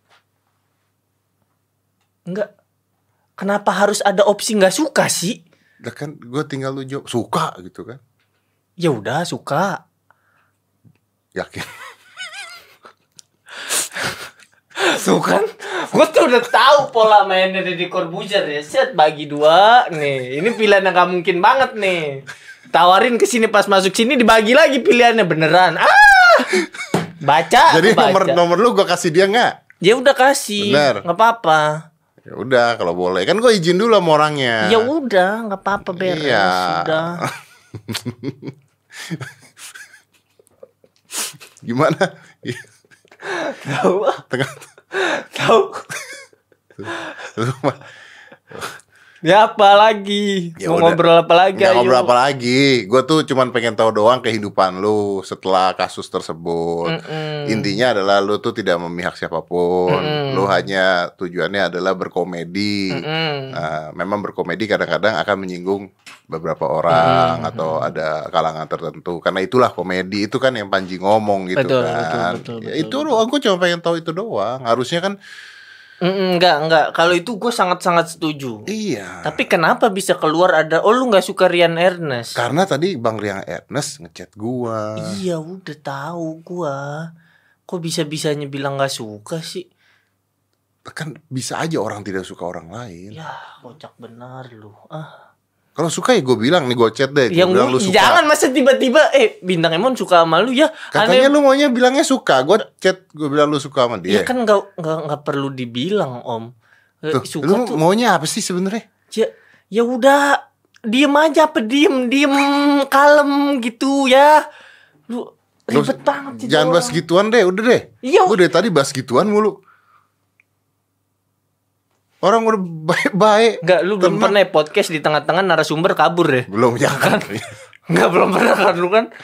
[SPEAKER 2] Enggak. Kenapa harus ada opsi nggak suka sih?
[SPEAKER 1] Lah kan gue tinggal lu jawab suka gitu kan.
[SPEAKER 2] Ya udah, suka.
[SPEAKER 1] Yakin.
[SPEAKER 2] Tuh kan, gue tuh udah tahu pola mainnya Deddy Corbuzier ya. Set bagi 2 nih. Ini pilihan yang gak mungkin banget nih. Tawarin ke sini pas masuk sini dibagi lagi pilihannya beneran. Baca.
[SPEAKER 1] Jadi
[SPEAKER 2] aku baca.
[SPEAKER 1] nomor lu gue kasih dia nggak?
[SPEAKER 2] Ya udah kasih.
[SPEAKER 1] Bener.
[SPEAKER 2] Nggak apa-apa.
[SPEAKER 1] Ya udah kalau boleh kan gue izin dulu sama orangnya.
[SPEAKER 2] Ya udah, nggak apa-apa beres.
[SPEAKER 1] Iya.
[SPEAKER 2] Udah.
[SPEAKER 1] Gimana?
[SPEAKER 2] Tahu.
[SPEAKER 1] Tengah.
[SPEAKER 2] Tahu. Ya apa lagi?
[SPEAKER 1] Ya
[SPEAKER 2] Mau
[SPEAKER 1] udah.
[SPEAKER 2] ngobrol apa lagi?
[SPEAKER 1] Nggak
[SPEAKER 2] ayo.
[SPEAKER 1] ngobrol apa lagi. Gue tuh cuman pengen tahu doang kehidupan lu setelah kasus tersebut. Intinya adalah lu tuh tidak memihak siapapun. Lu hanya tujuannya adalah berkomedi. Nah, memang berkomedi kadang-kadang akan menyinggung beberapa orang atau ada kalangan tertentu. Karena itulah komedi, itu kan yang Panji ngomong gitu
[SPEAKER 2] Betul,
[SPEAKER 1] kan.
[SPEAKER 2] betul,
[SPEAKER 1] Ya, itu doang, gue cuma pengen tahu itu doang. Harusnya kan
[SPEAKER 2] Enggak. Kalau itu gue sangat-sangat setuju.
[SPEAKER 1] iya.
[SPEAKER 2] Tapi kenapa bisa keluar ada, oh lu nggak suka Rian Ernest?
[SPEAKER 1] Karena tadi Bang Rian Ernest ngechat gua.
[SPEAKER 2] Iya udah tahu gua. Kok bisa-bisanya bilang nggak suka sih?
[SPEAKER 1] Kan bisa aja orang tidak suka orang lain.
[SPEAKER 2] Ya kocak benar lu.
[SPEAKER 1] Kalau suka ya gue bilang nih, gue chat deh. Gue
[SPEAKER 2] Yang
[SPEAKER 1] bilang lu suka.
[SPEAKER 2] jangan masa tiba-tiba Bintang Emon suka sama lu ya.
[SPEAKER 1] Katanya lu maunya bilangnya suka. Gue chat, gue bilang lu suka sama
[SPEAKER 2] Ya
[SPEAKER 1] dia.
[SPEAKER 2] kan nggak perlu dibilang Om.
[SPEAKER 1] Tuh,
[SPEAKER 2] Suka
[SPEAKER 1] lu
[SPEAKER 2] tuh.
[SPEAKER 1] maunya apa sih sebenarnya?
[SPEAKER 2] Ya udah diem aja apa diem kalem gitu ya. Lu ribet banget sih.
[SPEAKER 1] Jangan bahas gituan deh, udah deh.
[SPEAKER 2] Iya.
[SPEAKER 1] Gue dari tadi bahas gituan mulu. Orang udah baik-baik.
[SPEAKER 2] Enggak, lu belum pernah podcast di tengah-tengah narasumber kabur ya?
[SPEAKER 1] Belum, jangan.
[SPEAKER 2] Enggak, belum pernah kan lu kan?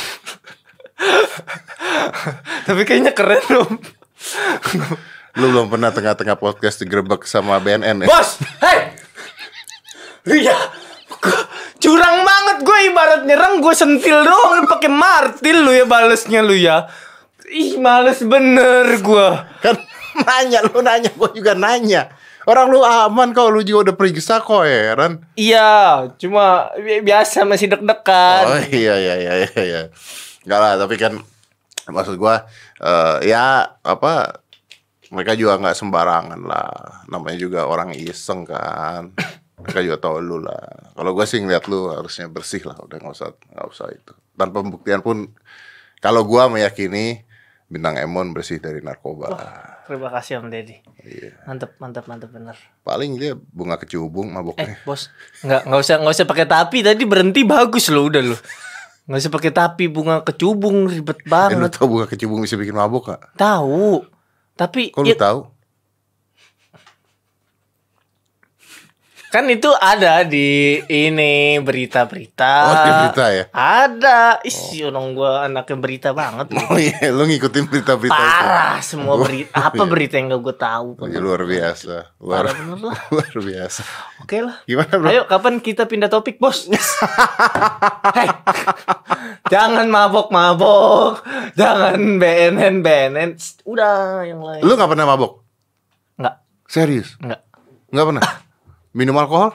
[SPEAKER 2] Tapi kayaknya keren Om.
[SPEAKER 1] Lu belum pernah tengah-tengah podcast digerebek sama BNN ya?
[SPEAKER 2] Bos, hei. Iya. Curang banget gue, ibarat nyerang gue sentil doang, lu pakai martil lu ya balesnya lu ya. Ih, males bener gue.
[SPEAKER 1] Kan lu nanya, gue juga nanya. Orang lu aman kok, lu juga udah periksa kok, heran.
[SPEAKER 2] Iya, cuma biasa masih deg-degan.
[SPEAKER 1] Oh iya. Enggak lah, tapi kan maksud gua ya apa, mereka juga nggak sembarangan lah. Namanya juga orang iseng kan. Mereka juga tahu lu lah. Kalau gua sih ngeliat lu harusnya bersih lah, udah nggak usah itu. Tanpa pembuktian pun, kalau gua meyakini Bintang Emon bersih dari narkoba.
[SPEAKER 2] Terima kasih Om Deddy.
[SPEAKER 1] Iya.
[SPEAKER 2] Mantap bener.
[SPEAKER 1] Paling dia bunga kecubung maboknya.
[SPEAKER 2] Bos, nggak usah pakai tapi, tadi berhenti bagus lo udah lo. Nggak usah pakai tapi, bunga kecubung ribet
[SPEAKER 1] Lu
[SPEAKER 2] banget.
[SPEAKER 1] tau bunga kecubung bisa bikin mabok gak?
[SPEAKER 2] Tahu. Tapi
[SPEAKER 1] Kok lu tahu?
[SPEAKER 2] Kan itu ada di ini berita-berita.
[SPEAKER 1] Oh, di berita ya?
[SPEAKER 2] Ada. Orang gua anaknya berita banget.
[SPEAKER 1] Oh iya, lu ngikutin berita-berita itu.
[SPEAKER 2] Parah semua berita. Apa berita yang gak gue tahu?
[SPEAKER 1] Oh, iya, luar biasa.
[SPEAKER 2] Parah bener lah.
[SPEAKER 1] Luar biasa.
[SPEAKER 2] Oke lah.
[SPEAKER 1] Gimana, Bro?
[SPEAKER 2] Ayo, kapan kita pindah topik, bos? Hei, jangan mabok-mabok, jangan BNN. Udah yang lain.
[SPEAKER 1] Lu gak pernah mabok?
[SPEAKER 2] Nggak,
[SPEAKER 1] Serius?
[SPEAKER 2] nggak.
[SPEAKER 1] Gak pernah? Minum alkohol?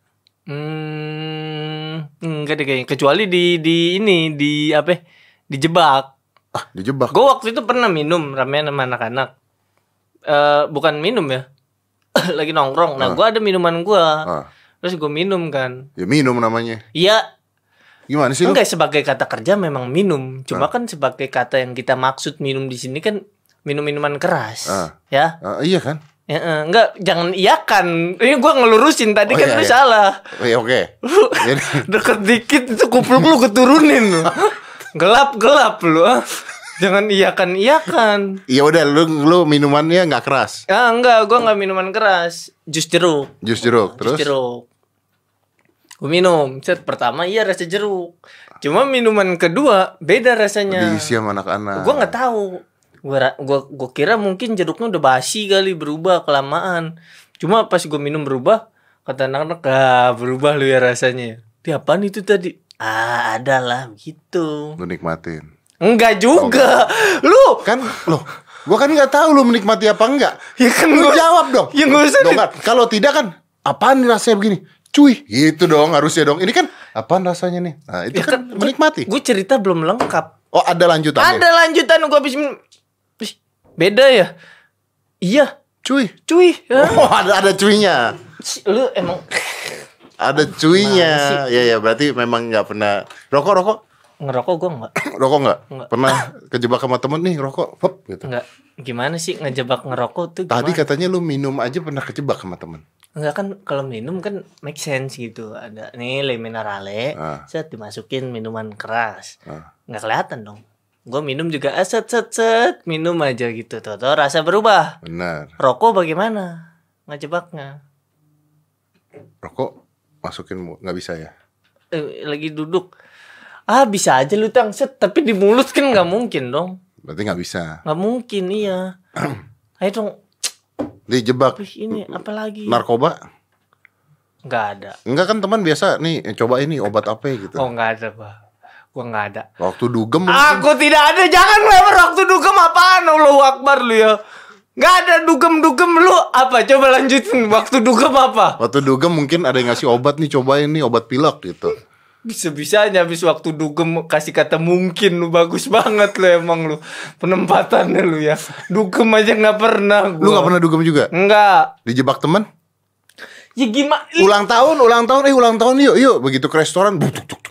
[SPEAKER 2] Enggak deh kayaknya. Kecuali di ini di apa? Dijebak.
[SPEAKER 1] Ah, dijebak.
[SPEAKER 2] Gue waktu itu pernah minum ramean sama anak-anak. Bukan minum ya. Lagi nongkrong. Nah, gue ada minuman gue. Terus gue minum kan.
[SPEAKER 1] Ya minum namanya.
[SPEAKER 2] Iya.
[SPEAKER 1] Gimana sih lu?
[SPEAKER 2] Enggak, sebagai kata kerja memang minum. Cuma kan sebagai kata yang kita maksud minum di sini kan minum minuman keras. Ya.
[SPEAKER 1] Iya kan?
[SPEAKER 2] Ya, enggak, jangan iyakan. Ini gue ngelurusin tadi
[SPEAKER 1] Oh,
[SPEAKER 2] kan
[SPEAKER 1] iya,
[SPEAKER 2] lu
[SPEAKER 1] iya.
[SPEAKER 2] salah.
[SPEAKER 1] Iya, oke.
[SPEAKER 2] Lu deket dikit itu kupluk lu keturunin lu. Gelap lu. Jangan iyakan.
[SPEAKER 1] Iya udah, lu minumannya nggak keras.
[SPEAKER 2] Enggak, gue nggak minuman keras. Jus jeruk.
[SPEAKER 1] Jus jeruk, terus?
[SPEAKER 2] Jus jeruk. Gue minum. Pertama iya rasa jeruk. Cuma minuman kedua beda rasanya.
[SPEAKER 1] Diisi sama anak-anak.
[SPEAKER 2] Gue nggak tahu. Gue kira mungkin jeruknya udah basi kali, berubah kelamaan. Cuma pas gue minum berubah, kata anak-anak, berubah lu ya rasanya. Apaan itu tadi? Ada lah gitu.
[SPEAKER 1] Lu nikmatin.
[SPEAKER 2] Enggak juga. Lu
[SPEAKER 1] Kan gua kan nggak tahu lu menikmati apa enggak.
[SPEAKER 2] ya kan
[SPEAKER 1] Lu
[SPEAKER 2] gua
[SPEAKER 1] jawab dong.
[SPEAKER 2] Ya nggak usah
[SPEAKER 1] Dong, kan? Kalau tidak kan apaan nih rasanya begini? Cuy, gitu dong harusnya dong. Ini kan apaan rasanya nih? Nah, itu
[SPEAKER 2] Ya
[SPEAKER 1] kan menikmati.
[SPEAKER 2] Gue cerita belum lengkap.
[SPEAKER 1] Oh, ada lanjutannya.
[SPEAKER 2] Ada lanjutan gue habis minum. Ih, beda ya? Iya,
[SPEAKER 1] Cuy.
[SPEAKER 2] ya.
[SPEAKER 1] Oh, ada cuinya.
[SPEAKER 2] Lu emang
[SPEAKER 1] Ada cuinya. Ya berarti memang nggak pernah rokok.
[SPEAKER 2] ngerokok gue enggak.
[SPEAKER 1] Rokok nggak?
[SPEAKER 2] Nggak.
[SPEAKER 1] Pernah kejebak sama temen nih rokok, hop gitu.
[SPEAKER 2] Enggak. Gimana sih ngejebak ngerokok tuh
[SPEAKER 1] Tadi
[SPEAKER 2] gimana?
[SPEAKER 1] katanya lu minum aja pernah kejebak sama temen.
[SPEAKER 2] Enggak kan, kalau minum kan make sense gitu. Ada nih le minerale, set dimasukin minuman keras. Nggak kelihatan dong. Gue minum juga set minum aja gitu. Tuh rasa berubah.
[SPEAKER 1] Benar.
[SPEAKER 2] Rokok bagaimana ngejebaknya?
[SPEAKER 1] Rokok masukin nggak bisa ya?
[SPEAKER 2] Lagi duduk. Bisa aja lu tang set, tapi di mulut kan nggak mungkin dong.
[SPEAKER 1] Berarti nggak bisa.
[SPEAKER 2] Nggak mungkin, iya. Ayo dong.
[SPEAKER 1] Dijebak
[SPEAKER 2] Ini apa lagi?
[SPEAKER 1] narkoba?
[SPEAKER 2] Nggak ada.
[SPEAKER 1] Enggak kan teman biasa nih coba ini obat apa gitu.
[SPEAKER 2] Oh nggak ada, Pak. Gua nggak ada.
[SPEAKER 1] Waktu dugem mungkin.
[SPEAKER 2] Aku tidak ada. Jangan lebar waktu dugem apaan. Allahu Akbar lu ya. Nggak ada dugem lu apa? Coba lanjutin. Waktu dugem apa?
[SPEAKER 1] Waktu dugem mungkin ada yang ngasih obat nih, cobain nih obat pilek gitu.
[SPEAKER 2] Bisa-bisanya habis waktu dugem kasih kata mungkin. Lu bagus banget lu emang lu. Penempatannya lu ya. Dugem aja nggak pernah gua.
[SPEAKER 1] Lu nggak pernah dugem juga?
[SPEAKER 2] Enggak.
[SPEAKER 1] Dijebak temen?
[SPEAKER 2] Ya gimana?
[SPEAKER 1] Ulang tahun yuk begitu ke restoran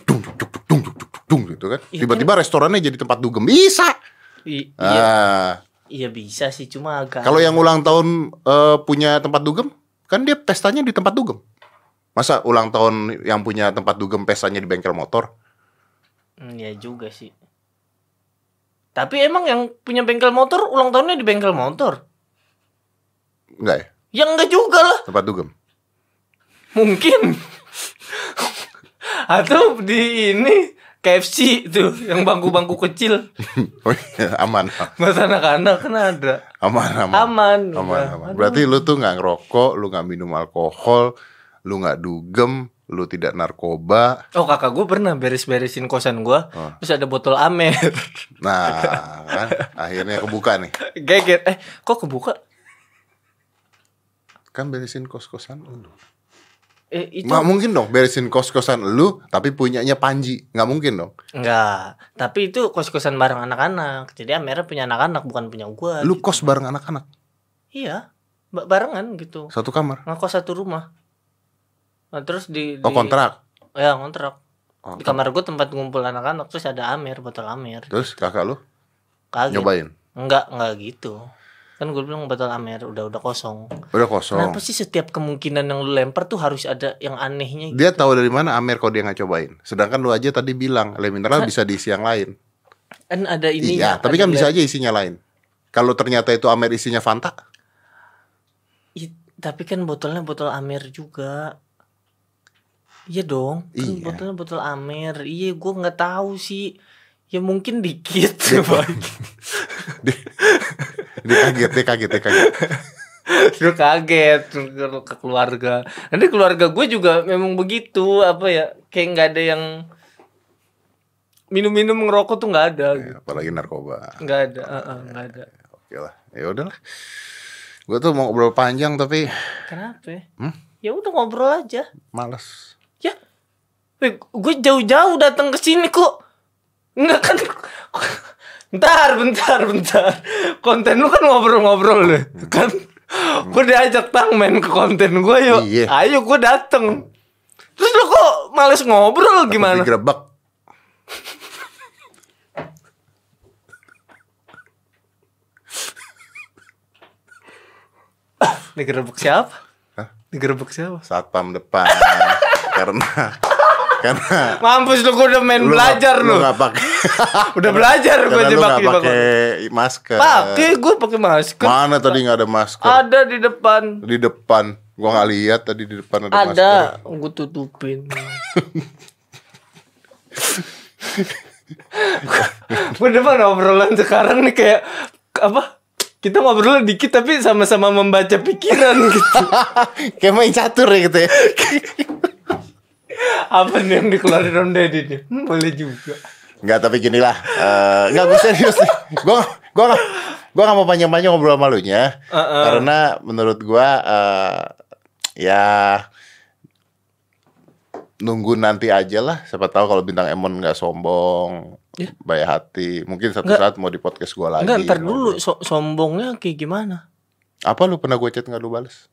[SPEAKER 1] gitu kan. Tiba-tiba restorannya jadi tempat dugem. Bisa.
[SPEAKER 2] Iya. Iya bisa sih, cuma agak.
[SPEAKER 1] Kalau yang ulang tahun punya tempat dugem, kan dia pestanya di tempat dugem. Masa ulang tahun yang punya tempat dugem pestanya di bengkel motor?
[SPEAKER 2] Iya juga sih. Tapi emang yang punya bengkel motor ulang tahunnya di bengkel motor?
[SPEAKER 1] Enggak ya?
[SPEAKER 2] Ya enggak juga lah.
[SPEAKER 1] Tempat dugem.
[SPEAKER 2] Mungkin. Atau di ini KFC tuh yang bangku-bangku kecil.
[SPEAKER 1] Oh iya, aman.
[SPEAKER 2] Buat anak-anak kan ada.
[SPEAKER 1] Aman.
[SPEAKER 2] Aduh.
[SPEAKER 1] Berarti lu tuh nggak ngerokok, lu nggak minum alkohol, lu nggak dugem, lu tidak narkoba.
[SPEAKER 2] Oh, kakak gue pernah beres-beresin kosan gue, terus ada botol Amer.
[SPEAKER 1] Nah, kan akhirnya kebuka nih.
[SPEAKER 2] Geget. Kok kebuka?
[SPEAKER 1] Kan beresin kos-kosan lu.
[SPEAKER 2] Itu
[SPEAKER 1] Nggak mungkin dong beresin kos-kosan lu tapi punyanya Panji. Nggak mungkin dong.
[SPEAKER 2] enggak. Tapi itu kos-kosan bareng anak-anak. Jadi Amernya punya anak-anak, bukan punya gue.
[SPEAKER 1] Lu
[SPEAKER 2] gitu.
[SPEAKER 1] kos bareng anak-anak?
[SPEAKER 2] Iya, barengan gitu.
[SPEAKER 1] Satu kamar?
[SPEAKER 2] Ngekos satu rumah. Nah, terus
[SPEAKER 1] Oh, kontrak?
[SPEAKER 2] Ya, kontrak.
[SPEAKER 1] Oh,
[SPEAKER 2] Di kamar gue tempat ngumpul anak-anak, terus ada Amer, botol Amer.
[SPEAKER 1] Terus kakak lu
[SPEAKER 2] Kaget.
[SPEAKER 1] nyobain?
[SPEAKER 2] Enggak gitu. Kan gue bilang botol Amer udah kosong.
[SPEAKER 1] Udah kosong.
[SPEAKER 2] Kenapa sih setiap kemungkinan yang lu lempar tuh harus ada yang anehnya?
[SPEAKER 1] Dia tahu dari mana Amer kalau dia nggak cobain. Sedangkan lu aja tadi bilang le mineral bisa diisi yang lain.
[SPEAKER 2] Kan ada ini.
[SPEAKER 1] Iya, tapi kan bisa aja isinya lain. Kalau ternyata itu Amer isinya Fanta?
[SPEAKER 2] Tapi kan botolnya botol Amer juga. Iya dong, kan
[SPEAKER 1] Iya.
[SPEAKER 2] botolnya botol Amer. Iya, gue nggak tahu sih. Ya mungkin dikit.
[SPEAKER 1] Dia kaget.
[SPEAKER 2] Gue kaget ke keluarga. Nanti keluarga gue juga memang begitu, apa ya? Kayak nggak ada yang minum-minum ngerokok tuh nggak ada.
[SPEAKER 1] Ya, apalagi narkoba.
[SPEAKER 2] Nggak ada, nggak ada.
[SPEAKER 1] Oke lah, ya udahlah. Gue tuh mau ngobrol panjang tapi
[SPEAKER 2] Kenapa? Ya udah ngobrol aja.
[SPEAKER 1] malas.
[SPEAKER 2] Ya, gue jauh-jauh datang ke sini kok. Enggak kan? Bentar. Konten lu kan ngobrol-ngobrol deh, kan? Gue diajak main ke konten gue, yuk.
[SPEAKER 1] Iya.
[SPEAKER 2] Ayo gue dateng. Terus lu kok males ngobrol gimana?
[SPEAKER 1] Digerebek.
[SPEAKER 2] Digerebek siapa?
[SPEAKER 1] Hah?
[SPEAKER 2] Digerebek siapa?
[SPEAKER 1] Satpam depan. karena
[SPEAKER 2] Mampus lu, gue udah main belajar lu.
[SPEAKER 1] nggak pakai.
[SPEAKER 2] Udah belajar gue
[SPEAKER 1] Karena lu nggak
[SPEAKER 2] jebak-jebak.
[SPEAKER 1] pakai masker.
[SPEAKER 2] Pakai, gue pakai masker.
[SPEAKER 1] Mana tadi nggak ada masker?
[SPEAKER 2] Ada di depan.
[SPEAKER 1] Di depan. Gua nggak lihat tadi di depan ada masker.
[SPEAKER 2] Ada, gue tutupin. Gue depan obrolan sekarang nih kayak apa? Kita ngobrol dikit tapi sama-sama membaca pikiran gitu.
[SPEAKER 1] Kayak main catur ya gitu ya.
[SPEAKER 2] Apa nih yang dikeluarin Om Deddy nih? Boleh juga.
[SPEAKER 1] Nggak, tapi gini lah. Nggak, gue serius nih. Gue nggak mau panjang-panjang ngobrol sama lu nya. Karena menurut gue ya nunggu nanti aja lah. Siapa tahu kalau bintang Emon nggak sombong, baik hati, mungkin satu saat mau di podcast gue lagi.
[SPEAKER 2] Enggak, ntar dulu sombongnya kayak gimana?
[SPEAKER 1] Apa lu pernah gue chat nggak lu bales?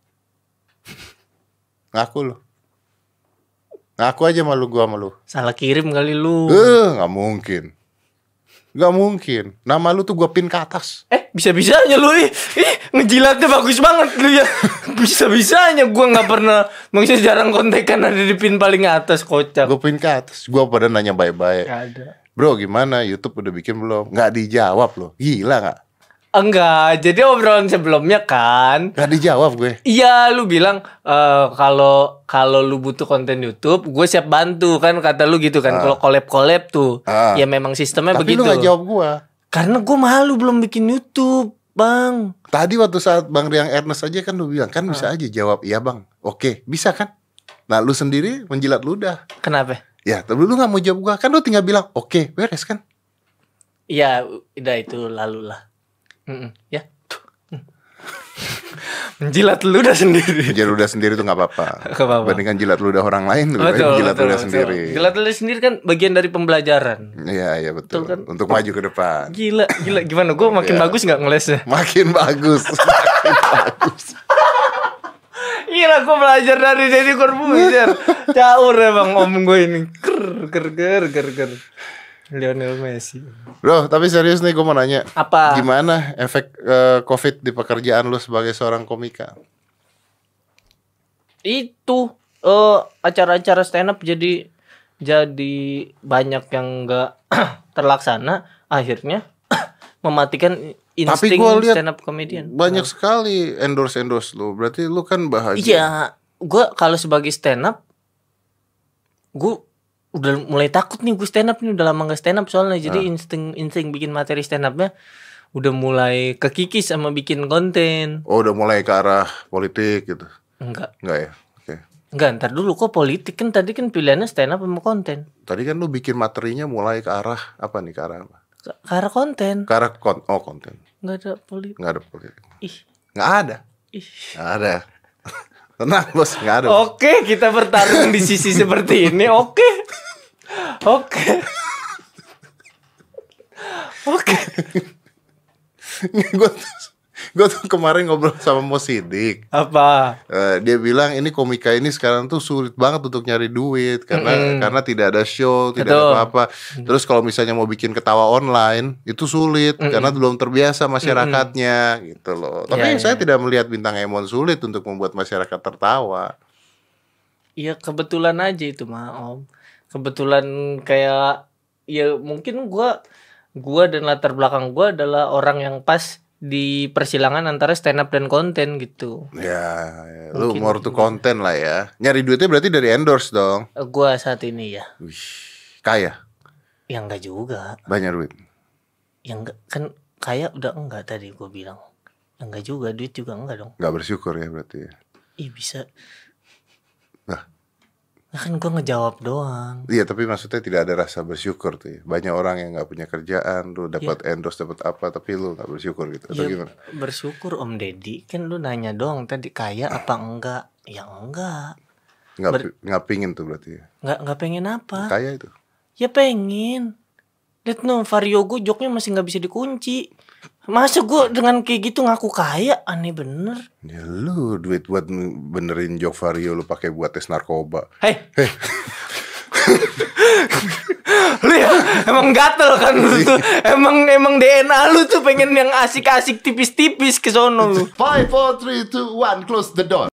[SPEAKER 1] Ngaku lu. Ngaku aja malu gua sama lu.
[SPEAKER 2] Salah kirim kali lu.
[SPEAKER 1] Nggak mungkin. Nggak mungkin. Nama lu tuh gua pin ke atas.
[SPEAKER 2] Bisa-bisanya lu ngejilatnya bagus banget lu ya. Bisa-bisanya gua nggak pernah, maksudnya jarang kontekan ada di pin paling atas, kocak.
[SPEAKER 1] Gua pin ke atas. Gua pada nanya baik-baik.
[SPEAKER 2] Gak ada.
[SPEAKER 1] Bro, gimana? YouTube udah bikin belum? Nggak dijawab loh. Gila nggak?
[SPEAKER 2] Enggak, jadi obrolan sebelumnya kan.
[SPEAKER 1] Nggak dijawab gue.
[SPEAKER 2] Iya, lu bilang kalau lu butuh konten YouTube, gue siap bantu kan, kata lu gitu kan. Kalau collab tuh, ya memang sistemnya
[SPEAKER 1] Tapi
[SPEAKER 2] begitu.
[SPEAKER 1] lu nggak jawab gua.
[SPEAKER 2] Karena gue malu belum bikin YouTube, Bang.
[SPEAKER 1] Tadi waktu saat Bang Riang Ernest aja kan lu bilang, kan bisa aja jawab iya bang. Oke, bisa kan? Nah lu sendiri menjilat ludah.
[SPEAKER 2] Kenapa?
[SPEAKER 1] Ya, tapi lu nggak mau jawab gua. Kan lu tinggal bilang oke, beres kan?
[SPEAKER 2] Iya, udah itu lalu lah. Ya. Menjilat ludah sendiri.
[SPEAKER 1] Menjilat ludah sendiri tuh nggak apa-apa.
[SPEAKER 2] Nggak apa-apa.
[SPEAKER 1] Bandingkan jilat ludah orang lain, lebih baik menjilat ludah sendiri.
[SPEAKER 2] Jilat ludah sendiri kan bagian dari pembelajaran.
[SPEAKER 1] Iya betul.
[SPEAKER 2] Betul kan?
[SPEAKER 1] Untuk maju ke depan.
[SPEAKER 2] Gila gimana? Gue makin bagus nggak ngelesnya?
[SPEAKER 1] Makin bagus.
[SPEAKER 2] Gila, gue belajar dari Deddy Corbuzier. Caur emang om gue ini. Ger. Lionel Messi.
[SPEAKER 1] Bro, tapi serius nih gue mau nanya.
[SPEAKER 2] Apa?
[SPEAKER 1] Gimana efek COVID di pekerjaan lu sebagai seorang komika?
[SPEAKER 2] Itu acara-acara stand up jadi banyak yang nggak terlaksana, akhirnya mematikan insting stand up comedian.
[SPEAKER 1] Banyak sekali endorse lu. Berarti lu kan bahagia.
[SPEAKER 2] Iya, gue kalau sebagai stand up, gue udah mulai takut nih, gue stand up nih udah lama gak stand up soalnya. Jadi insting bikin materi stand upnya udah mulai kekikis sama bikin konten.
[SPEAKER 1] Oh, udah mulai ke arah politik gitu.
[SPEAKER 2] Enggak
[SPEAKER 1] ya? Oke.
[SPEAKER 2] Enggak, ntar dulu, kok politik? Kan tadi kan pilihannya stand up sama konten.
[SPEAKER 1] Tadi kan lu bikin materinya mulai ke arah apa nih? Ke arah apa?
[SPEAKER 2] Ke arah konten.
[SPEAKER 1] Ke arah konten.
[SPEAKER 2] Enggak ada politik.
[SPEAKER 1] Nggak ada politik.
[SPEAKER 2] Ih.
[SPEAKER 1] Nggak ada. Nggak ada. Tenang bos, nggak ada.
[SPEAKER 2] Oke, kita bertarung di sisi seperti ini. Oke.
[SPEAKER 1] Gue tuh kemarin ngobrol sama Mo Sidik.
[SPEAKER 2] Apa?
[SPEAKER 1] Dia bilang ini komika ini sekarang tuh sulit banget untuk nyari duit karena tidak ada show, tidak ada apa-apa. Terus kalau misalnya mau bikin ketawa online itu sulit karena belum terbiasa masyarakatnya gitu loh. Tapi saya tidak melihat bintang Emon sulit untuk membuat masyarakat tertawa.
[SPEAKER 2] Iya, kebetulan aja itu mah Om. Kebetulan kayak ya mungkin gua dan latar belakang gua adalah orang yang pas di persilangan antara stand up dan konten gitu.
[SPEAKER 1] Ya, lu more to konten lah ya. Nyari duitnya berarti dari endorse dong.
[SPEAKER 2] Gua saat ini ya.
[SPEAKER 1] Wih, kaya.
[SPEAKER 2] Ya enggak juga.
[SPEAKER 1] Banyak duit.
[SPEAKER 2] Ya enggak, kan kaya udah enggak tadi gua bilang. Enggak juga, duit juga enggak dong.
[SPEAKER 1] Enggak bersyukur ya berarti ya.
[SPEAKER 2] Ih bisa.
[SPEAKER 1] Nah,
[SPEAKER 2] Kan gua ngejawab doang.
[SPEAKER 1] iya tapi maksudnya tidak ada rasa bersyukur tuh ya. Banyak orang yang nggak punya kerjaan, lu dapat endorse dapat apa tapi lu nggak bersyukur gitu. Atau
[SPEAKER 2] Ya,
[SPEAKER 1] gimana?
[SPEAKER 2] bersyukur Om Deddy. Kan lu nanya doang tadi kaya apa enggak? Ya enggak.
[SPEAKER 1] Nggak pingin tuh berarti ya.
[SPEAKER 2] Enggak pengen apa?
[SPEAKER 1] Kaya itu.
[SPEAKER 2] Ya pengen. Lihat no, Vario gue joknya masih nggak bisa dikunci. Masa gue dengan kayak gitu ngaku kaya? Aneh bener.
[SPEAKER 1] Ya lu duit buat benerin jok Vario lu pakai buat tes narkoba.
[SPEAKER 2] Hei. Lu ya emang gatel kan lu tuh. Emang DNA lu tuh pengen yang asik-asik tipis-tipis ke sono lu.
[SPEAKER 3] 5, 4, 3, 2, 1, close the door.